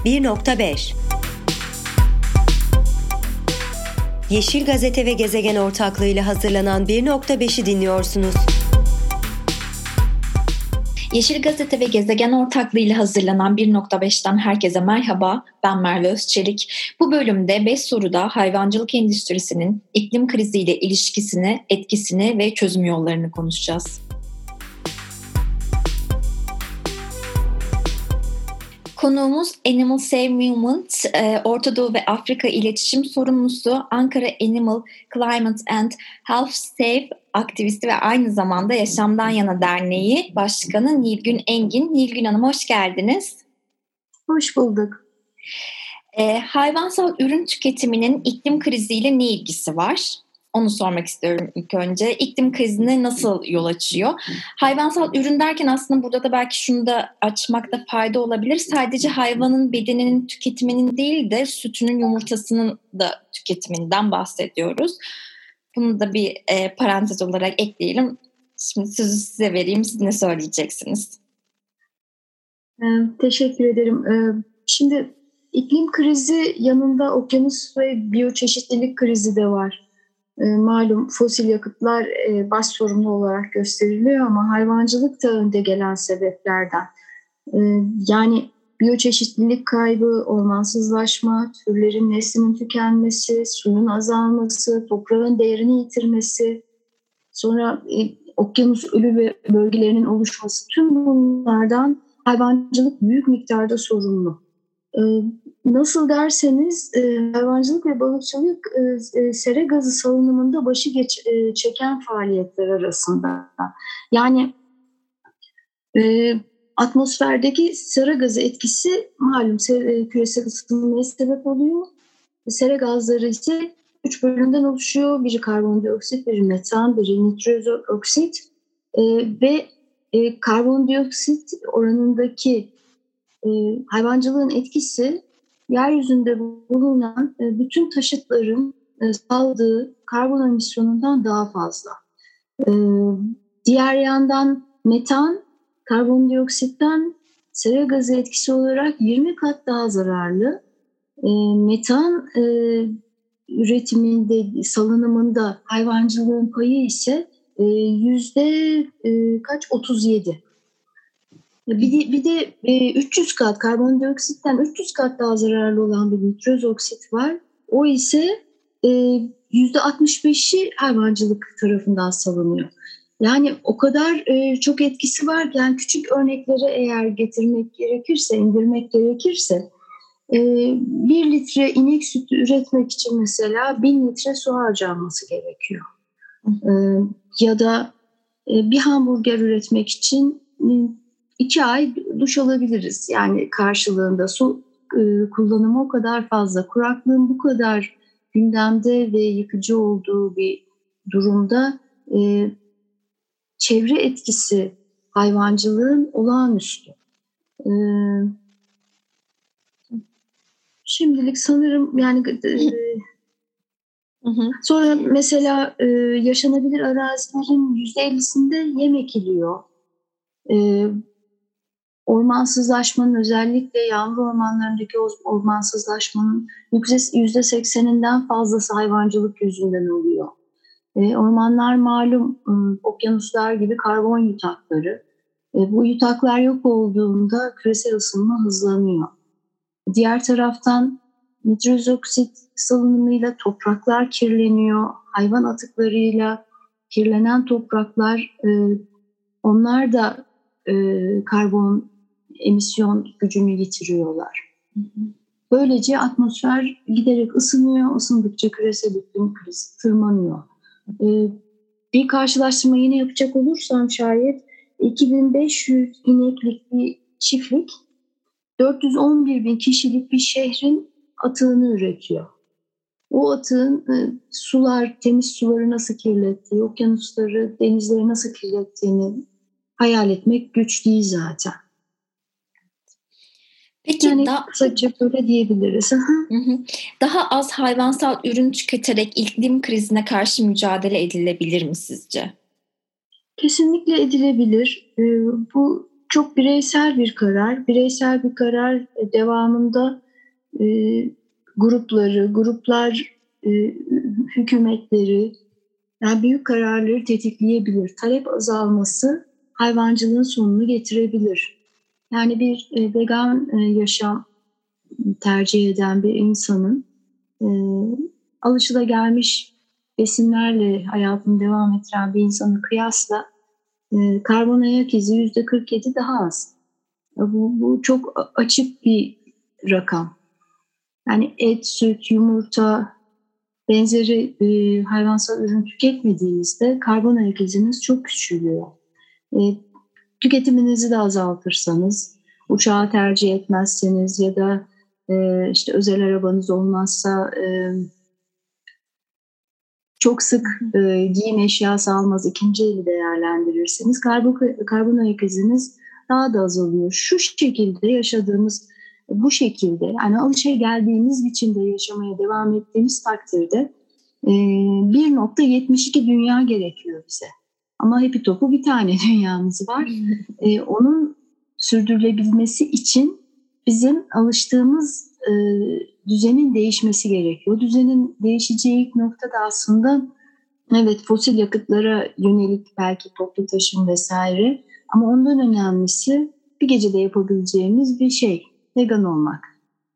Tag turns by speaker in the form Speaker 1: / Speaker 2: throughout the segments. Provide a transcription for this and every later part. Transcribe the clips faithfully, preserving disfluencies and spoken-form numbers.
Speaker 1: bir nokta beş Yeşil Gazete ve Gezegen ortaklığıyla hazırlanan bir nokta beşi dinliyorsunuz.
Speaker 2: Yeşil Gazete ve Gezegen ortaklığıyla hazırlanan bir nokta beşten herkese merhaba, ben Merve Özçelik. Bu bölümde beş soruda hayvancılık endüstrisinin iklim kriziyle ilişkisini, etkisini ve çözüm yollarını konuşacağız. Konuğumuz Animal Save Movement, Orta Doğu ve Afrika İletişim Sorumlusu, Ankara Animal Climate and Health Save aktivisti ve aynı zamanda Yaşamdan Yana Derneği Başkanı Nilgün Engin. Nilgün Hanım, hoş geldiniz.
Speaker 3: Hoş bulduk.
Speaker 2: E, hayvansal ürün tüketiminin iklim kriziyle ne ilgisi var? Onu sormak istiyorum ilk önce. İklim krizine nasıl yol açıyor? Hayvansal ürün derken aslında burada da belki şunu da açmakta fayda olabilir. Sadece hayvanın bedeninin tüketiminin değil de sütünün, yumurtasının da tüketiminden bahsediyoruz. Bunu da bir e, parantez olarak ekleyelim. Şimdi sözü size vereyim. Siz ne söyleyeceksiniz?
Speaker 3: Ee, teşekkür ederim. Ee, şimdi iklim krizi yanında okyanus ve biyoçeşitlilik krizi de var. E, malum fosil yakıtlar e, baş sorumlu olarak gösteriliyor ama hayvancılık da önde gelen sebeplerden. E, yani biyoçeşitlilik kaybı, ormansızlaşma, türlerin neslinin tükenmesi, suyun azalması, toprağın değerini yitirmesi, sonra e, okyanus ölü bölgelerinin oluşması, tüm bunlardan hayvancılık büyük miktarda sorumlu. E, Nasıl derseniz e, hayvancılık ve balıkçılık e, e, sera gazı salınımında başı geç, e, çeken faaliyetler arasında. Yani e, atmosferdeki sera gazı etkisi malum ser, küresel ısınmaya sebep oluyor. Sera gazları ise üç bölümden oluşuyor. Biri karbondioksit, biri metan, biri nitroz oksit e, ve e, karbondioksit oranındaki e, hayvancılığın etkisi yeryüzünde bulunan bütün taşıtların saldığı karbon emisyonundan daha fazla. Diğer yandan metan, karbondioksitten sera gazı etkisi olarak yirmi kat daha zararlı. Metan üretiminde, salınımında hayvancılığın payı ise yüzde kaç? otuz yedi. Bir de, bir de üç yüz kat, karbondioksitten üç yüz kat daha zararlı olan bir nitroz oksit var. O ise yüzde altmış beşi hayvancılık tarafından salınıyor. Yani o kadar çok etkisi var ki, yani küçük örneklere eğer getirmek gerekirse, indirmek gerekirse, bir litre inek sütü üretmek için mesela bin litre su harcanması gerekiyor. Ya da bir hamburger üretmek için İki ay duş alabiliriz. Yani karşılığında su e, kullanımı o kadar fazla. Kuraklığın bu kadar gündemde ve yıkıcı olduğu bir durumda e, çevre etkisi hayvancılığın olağanüstü. E, şimdilik sanırım yani e, hı hı. Sonra mesela e, yaşanabilir arazilerin yüzde ellisinde yem ekiliyor. E, Ormansızlaşmanın, özellikle yağmur ormanlarındaki ormansızlaşmanın yüzde sekseninden fazlası hayvancılık yüzünden oluyor. E, ormanlar malum e, okyanuslar gibi karbon yutakları. E, bu yutaklar yok olduğunda küresel ısınma hızlanıyor. Diğer taraftan nitroz oksit salınımıyla topraklar kirleniyor. Hayvan atıklarıyla kirlenen topraklar, e, onlar da e, karbon emisyon gücünü yitiriyorlar. Böylece atmosfer giderek ısınıyor. Isındıkça küresel iklim krizi tırmanıyor. Ee, bir karşılaştırma yine yapacak olursam şayet iki bin beş yüz ineklik bir çiftlik dört yüz on bir bin kişilik bir şehrin atığını üretiyor. O atığın e, sular, temiz suları nasıl kirlettiği, okyanusları, denizleri nasıl kirlettiğini hayal etmek güç değil zaten. Peki yani daha, kısaca böyle diyebiliriz.
Speaker 2: Daha az hayvansal ürün tüketerek iklim krizine karşı mücadele edilebilir mi sizce?
Speaker 3: Kesinlikle edilebilir. Bu çok bireysel bir karar. Bireysel bir karar devamında e, grupları, gruplar e, hükümetleri, yani büyük kararları tetikleyebilir. Talep azalması hayvancılığın sonunu getirebilir. Yani bir e, vegan e, yaşam tercih eden bir insanın e, alışılagelmiş besinlerle hayatını devam ettiren bir insanı kıyasla e, karbon ayak izi yüzde kırk yedi daha az. Bu, bu çok açık bir rakam. Yani et, süt, yumurta, benzeri e, hayvansal ürün tüketmediğinizde karbon ayak iziniz çok küçülüyor. E, tüketiminizi de azaltırsanız, uçağı tercih etmezseniz ya da e, işte özel arabanız olmazsa e, çok sık e, giyim eşyası almaz, ikinci eli değerlendirirseniz karbon, karbon ayak iziniz daha da azalıyor. Şu şekilde yaşadığımız, bu şekilde yani alışageldiğimiz biçimde yaşamaya devam ettiğimiz takdirde e, bir nokta yetmiş iki dünya gerekiyor bize. Ama hepi topu bir tane dünyamız var. E, onun sürdürülebilmesi için bizim alıştığımız e, düzenin değişmesi gerekiyor. O düzenin değişeceği ilk nokta da aslında evet fosil yakıtlara yönelik belki toplu taşım vesaire, ama ondan önemlisi bir gecede yapabileceğimiz bir şey, vegan olmak.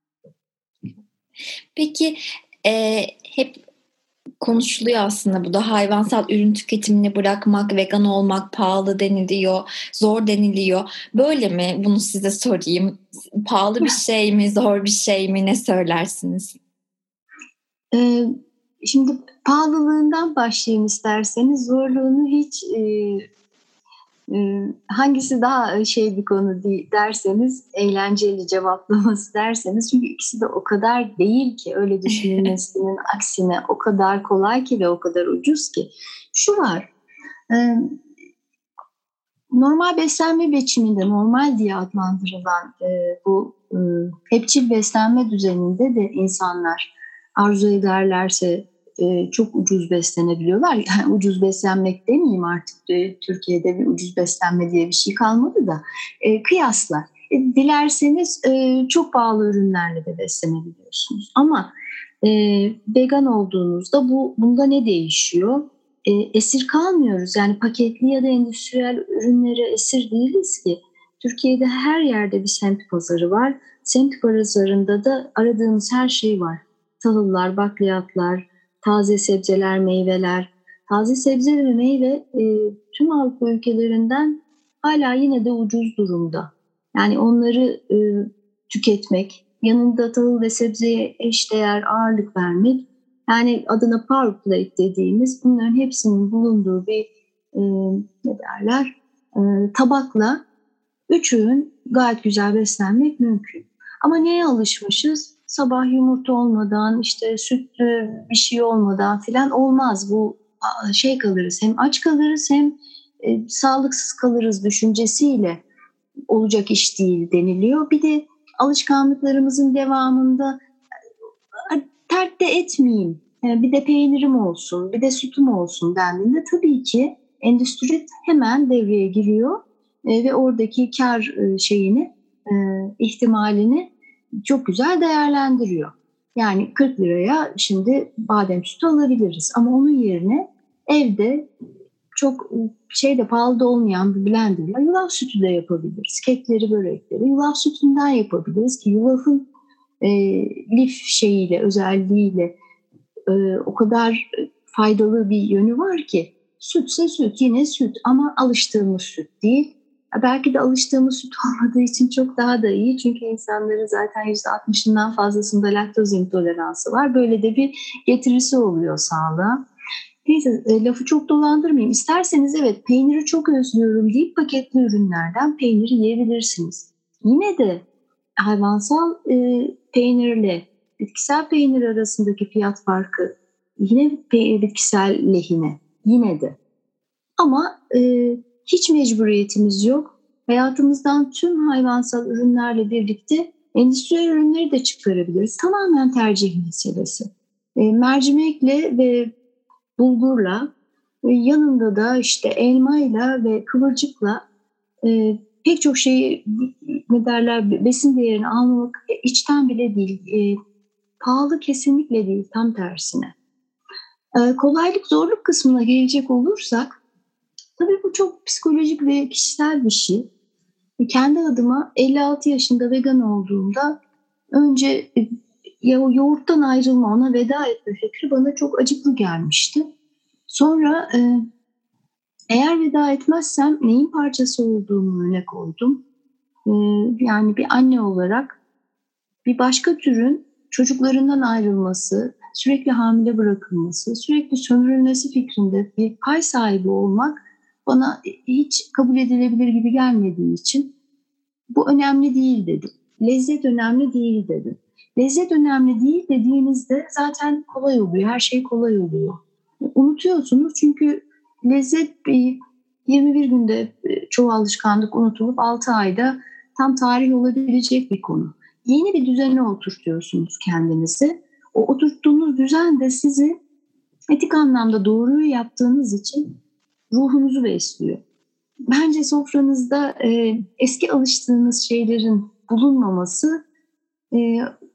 Speaker 2: Peki e, hep konuşuluyor aslında bu da, hayvansal ürün tüketimini bırakmak, vegan olmak pahalı deniliyor, zor deniliyor. Böyle mi? Bunu size sorayım. Pahalı bir şey mi, zor bir şey mi? Ne söylersiniz?
Speaker 3: Ee, şimdi pahalılığından başlayayım isterseniz. Zorluğunu hiç e, e, hangisi daha şey bir konu değil derseniz, eğlenceli cevaplaması derseniz, çünkü ikisi de o kadar değil ki, öyle düşünülmesinin aksine o kadar kolay ki ve o kadar ucuz ki. Şu var, e, normal beslenme biçiminde, normal diye adlandırılan e, bu e, hepçil beslenme düzeninde de insanlar arzu ederlerse e, çok ucuz beslenebiliyorlar. Yani ucuz beslenmek demeyeyim artık, e, Türkiye'de bir ucuz beslenme diye bir şey kalmadı da e, kıyasla. E, dilerseniz e, çok pahalı ürünlerle de beslenebiliyorsunuz. Ama e, vegan olduğunuzda bu bunda ne değişiyor? E, esir kalmıyoruz. Yani paketli ya da endüstriyel ürünlere esir değiliz ki. Türkiye'de her yerde bir semt pazarı var. Semt pazarında da aradığımız her şey var. Tahıllar, bakliyatlar, taze sebzeler, meyveler. Taze sebze ve meyve e, tüm Avrupa ülkelerinden hala yine de ucuz durumda. Yani onları e, tüketmek, yanında tahıl ve sebzeye eşdeğer ağırlık vermek, yani adına power plate dediğimiz, bunların hepsinin bulunduğu bir e, ne derler e, tabakla üç öğün gayet güzel beslenmek mümkün. Ama neye alışmışız? Sabah yumurta olmadan, işte sütlü bir şey olmadan filan olmaz. Bu şey kalırız, hem aç kalırız hem e, sağlıksız kalırız düşüncesiyle olacak iş değil deniliyor. Bir de alışkanlıklarımızın devamında terk de etmeyeyim, bir de peynirim olsun, bir de sütüm olsun dendiğinde tabii ki endüstri hemen devreye giriyor ve oradaki kar şeyini, ihtimalini çok güzel değerlendiriyor. Yani kırk liraya şimdi badem sütü alabiliriz, ama onun yerine evde çok şeyde pahalı da olmayan bir blenderla yulaf sütü de yapabiliriz. Kekleri, börekleri yulaf sütünden yapabiliriz ki yulafın e, lif şeyiyle, özelliğiyle e, o kadar faydalı bir yönü var ki, sütse süt, yine süt, ama alıştığımız süt değil. Belki de alıştığımız süt olmadığı için çok daha da iyi, çünkü insanların zaten yüzde altmışından fazlasında laktoz intoleransı var. Böyle de bir getirisi oluyor sağlığa. Neyse, e, lafı çok dolandırmayayım. İsterseniz evet, peyniri çok özlüyorum deyip paketli ürünlerden peyniri yiyebilirsiniz. Yine de hayvansal e, peynirle bitkisel peynir arasındaki fiyat farkı yine pe- bitkisel lehine, yine de. Ama e, hiç mecburiyetimiz yok. Hayatımızdan tüm hayvansal ürünlerle birlikte endüstriyel ürünleri de çıkarabiliriz. Tamamen tercih meselesi. E, mercimekle ve bulgurla, yanında da işte elmayla ve kıvırcıkla e, pek çok şeyi ne derler besin değerini almak e, içten bile değil. E, pahalı kesinlikle değil, tam tersine. E, kolaylık zorluk kısmına gelecek olursak tabii bu çok psikolojik ve kişisel bir şey. Kendi adıma elli altı yaşında vegan olduğumda önce e, ya o yoğurttan ayrılma, ona veda etme fikri bana çok acıklı gelmişti. Sonra e, eğer veda etmezsem neyin parçası olduğumu öne koydum. E, yani bir anne olarak bir başka türün çocuklarından ayrılması, sürekli hamile bırakılması, sürekli sömürülmesi fikrinde bir pay sahibi olmak bana hiç kabul edilebilir gibi gelmediği için bu önemli değil dedim. Lezzet önemli değil dedim. Lezzet önemli değil dediğinizde zaten kolay oluyor. Her şey kolay oluyor. Unutuyorsunuz çünkü lezzet bir yirmi bir günde çoğu alışkanlık unutulup altı ayda tam tarih olabilecek bir konu. Yeni bir düzene oturtuyorsunuz kendinizi. O oturttuğunuz düzen de sizi etik anlamda doğruyu yaptığınız için ruhunuzu besliyor. Bence sofranızda e, eski alıştığınız şeylerin bulunmaması e,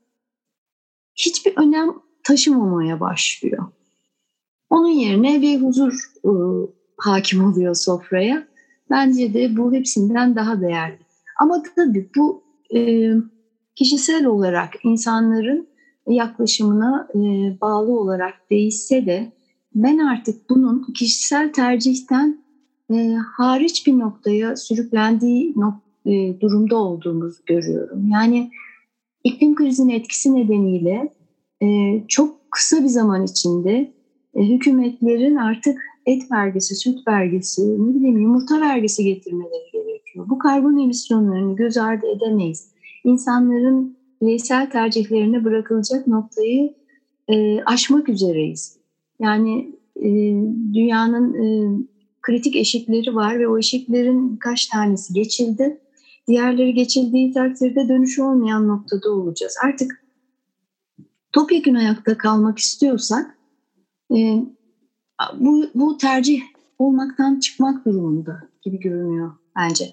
Speaker 3: hiçbir önem taşımamaya başlıyor. Onun yerine bir huzur e, hakim oluyor sofraya. Bence de bu hepsinden daha değerli. Ama tabii bu e, kişisel olarak insanların yaklaşımına e, bağlı olarak değişse de ben artık bunun kişisel tercihten e, hariç bir noktaya sürüklendiği nok- e, durumda olduğumuzu görüyorum. Yani iklim krizinin etkisi nedeniyle e, çok kısa bir zaman içinde e, hükümetlerin artık et vergisi, süt vergisi, ne bileyim yumurta vergisi getirmeleri gerekiyor. Bu karbon emisyonlarını göz ardı edemeyiz. İnsanların bireysel tercihlerine bırakılacak noktayı e, aşmak üzereyiz. Yani e, dünyanın e, kritik eşikleri var ve o eşiklerin birkaç tanesi geçildi. Diğerleri geçildiği takdirde dönüşü olmayan noktada olacağız. Artık topyekün ayakta kalmak istiyorsak e, bu, bu tercih olmaktan çıkmak durumunda gibi görünüyor bence.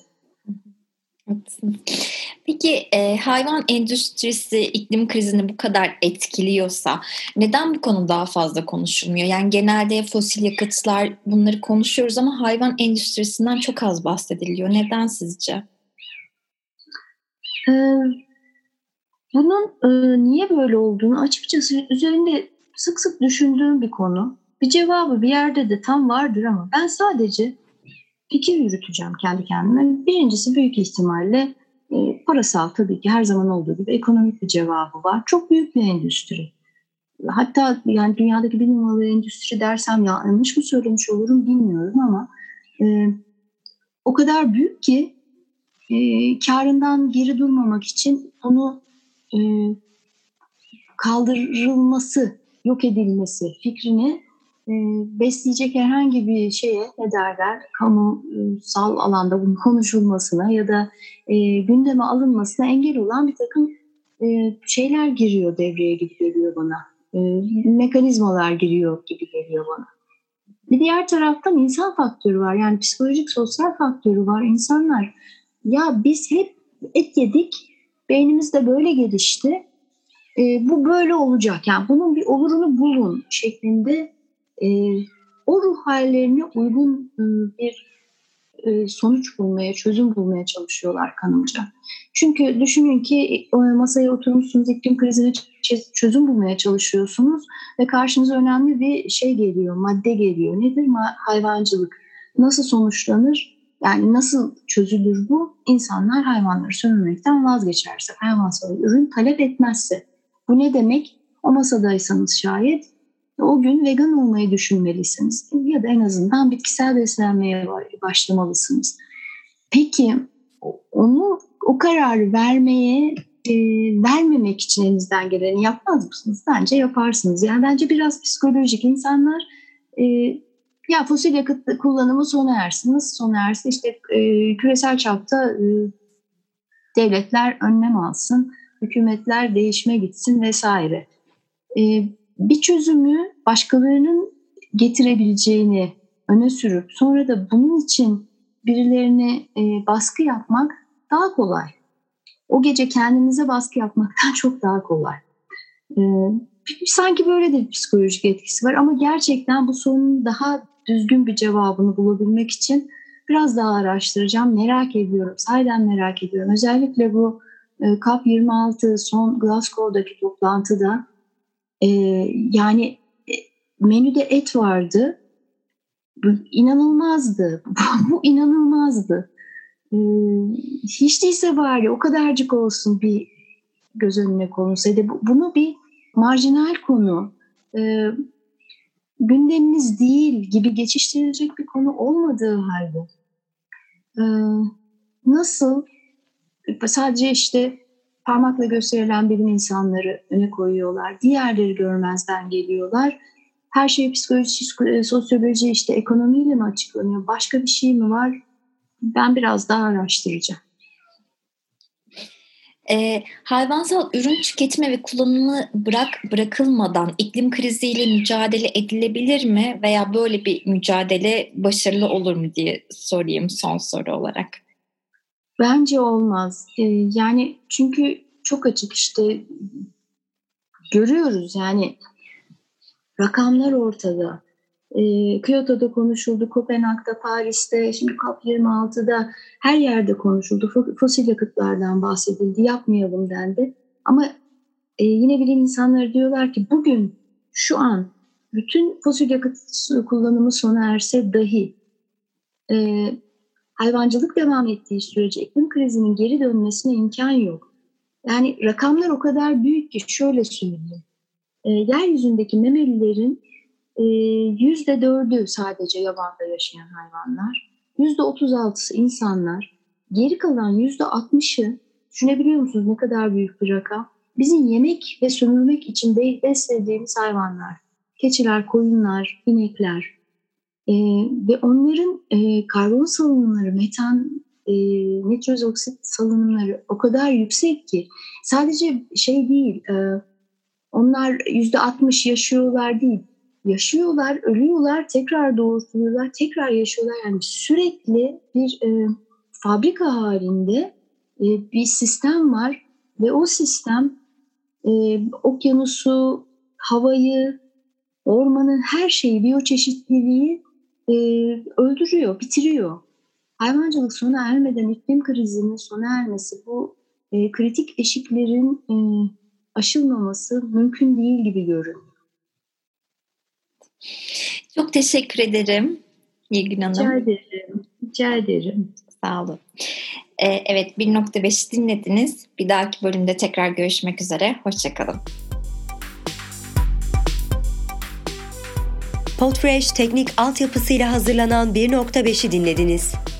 Speaker 2: Peki e, hayvan endüstrisi iklim krizini bu kadar etkiliyorsa neden bu konu daha fazla konuşulmuyor? Yani genelde fosil yakıtlar bunları konuşuyoruz ama hayvan endüstrisinden çok az bahsediliyor. Neden sizce?
Speaker 3: Ee, bunun e, niye böyle olduğunu açıkçası üzerinde sık sık düşündüğüm bir konu. Bir cevabı bir yerde de tam vardır ama ben sadece fikir yürüteceğim kendi kendime. Birincisi büyük ihtimalle e, parasal, tabii ki her zaman olduğu gibi ekonomik bir cevabı var. Çok büyük bir endüstri. Hatta yani dünyadaki bir numaralı endüstri dersem yanlış mı söylemiş olurum bilmiyorum ama e, o kadar büyük ki e, karından geri durmamak için onu e, kaldırılması, yok edilmesi fikrini e, besleyecek herhangi bir şeye ne derler, kamusal alanda bunun konuşulmasına ya da e, gündeme alınmasına engel olan bir takım e, şeyler giriyor devreye gibi geliyor bana. E, mekanizmalar giriyor gibi geliyor bana. Bir diğer taraftan insan faktörü var. Yani psikolojik, sosyal faktörü var. İnsanlar ya biz hep et yedik, beynimiz de böyle gelişti. E, bu böyle olacak. Yani bunun bir olurunu bulun şeklinde e, o ruh hallerine uygun e, bir e, sonuç bulmaya, çözüm bulmaya çalışıyorlar kanımca. Çünkü düşünün ki e, masaya oturmuşsunuz, iklim krizine çözüm bulmaya çalışıyorsunuz ve karşınıza önemli bir şey geliyor, madde geliyor. Nedir? Ma- hayvancılık. Nasıl sonuçlanır? Yani nasıl çözülür bu? İnsanlar hayvanları sömürmekten vazgeçerse, hayvansal ürün talep etmezse. Bu ne demek? O masadaysanız şayet o gün vegan olmayı düşünmelisiniz. Ya da en azından bitkisel beslenmeye başlamalısınız. Peki onu o kararı vermeye e, vermemek için elinizden geleni yapmaz mısınız? Bence yaparsınız. Yani bence biraz psikolojik. İnsanlar e, ya fosil yakıt kullanımı sona ersin. Nasıl sona ersin? İşte e, küresel çapta e, devletler önlem alsın, hükümetler değişime gitsin vesaire. E, bir çözümü başkalarının getirebileceğini öne sürüp sonra da bunun için birilerine e, baskı yapmak daha kolay. O gece kendinize baskı yapmaktan çok daha kolay. E, sanki böyle de bir psikolojik etkisi var ama gerçekten bu sorunun daha düzgün bir cevabını bulabilmek için biraz daha araştıracağım. Merak ediyorum, sahiden merak ediyorum. Özellikle bu e, COP yirmi altı son Glasgow'daki toplantıda e, yani e, menüde et vardı. Bu inanılmazdı. Bu inanılmazdı. Ee, hiç değilse bari o kadarcık olsun bir göz önüne konulsaydı. Bunu bir marjinal konu, e, gündemimiz değil gibi geçiştirilecek bir konu olmadığı halde e, nasıl sadece işte parmakla gösterilen bilim insanları öne koyuyorlar, diğerleri görmezden geliyorlar. Her şey psikoloji, sosyoloji, işte ekonomiyle mi açıklanıyor? Başka bir şey mi var? Ben biraz daha araştıracağım.
Speaker 2: E, hayvansal ürün tüketimi ve kullanımı bırak bırakılmadan iklim kriziyle mücadele edilebilir mi? Veya böyle bir mücadele başarılı olur mu diye sorayım son soru olarak.
Speaker 3: Bence olmaz. E, yani çünkü çok açık işte görüyoruz yani rakamlar ortada. E, Kyoto'da konuşuldu, Kopenhag'da, Paris'te, şimdi COP yirmi altıda her yerde konuşuldu. Fosil yakıtlardan bahsedildi, yapmayalım dendi. Ama e, yine bilim insanları diyorlar ki bugün, şu an bütün fosil yakıt kullanımı sona erse dahi e, hayvancılık devam ettiği sürece iklim krizinin geri dönmesine imkan yok. Yani rakamlar o kadar büyük ki şöyle söyleyeyim. E, yeryüzündeki memelilerin e, yüzde dördü sadece yabanda yaşayan hayvanlar, yüzde otuz altısı insanlar, geri kalan yüzde altmışı düşünebiliyor musunuz ne kadar büyük bir rakam? Bizim yemek ve sömürmek için beslediğimiz hayvanlar, keçiler, koyunlar, inekler e, ve onların e, karbon salınımları, metan, e, nitroz oksit salınımları o kadar yüksek ki sadece şey değil. E, Onlar yüzde altmış yaşıyorlar değil. Yaşıyorlar, ölüyorlar, tekrar doğurtuyorlar, tekrar yaşıyorlar. Yani sürekli bir e, fabrika halinde e, bir sistem var. Ve o sistem e, okyanusu, havayı, ormanın her şeyi, biyoçeşitliliği e, öldürüyor, bitiriyor. Hayvancılık sona ermeden iklim krizinin sona ermesi, bu e, kritik eşiklerin E, aşılmaması mümkün değil gibi görünüyor.
Speaker 2: Çok teşekkür ederim Nilgün Hanım.
Speaker 3: Rica ederim. Rica ederim.
Speaker 2: Sağ olun. Ee, evet, bir nokta beşi dinlediniz. Bir dahaki bölümde tekrar görüşmek üzere. Hoşçakalın.
Speaker 1: Podfresh teknik altyapısıyla hazırlanan bir nokta beşi dinlediniz.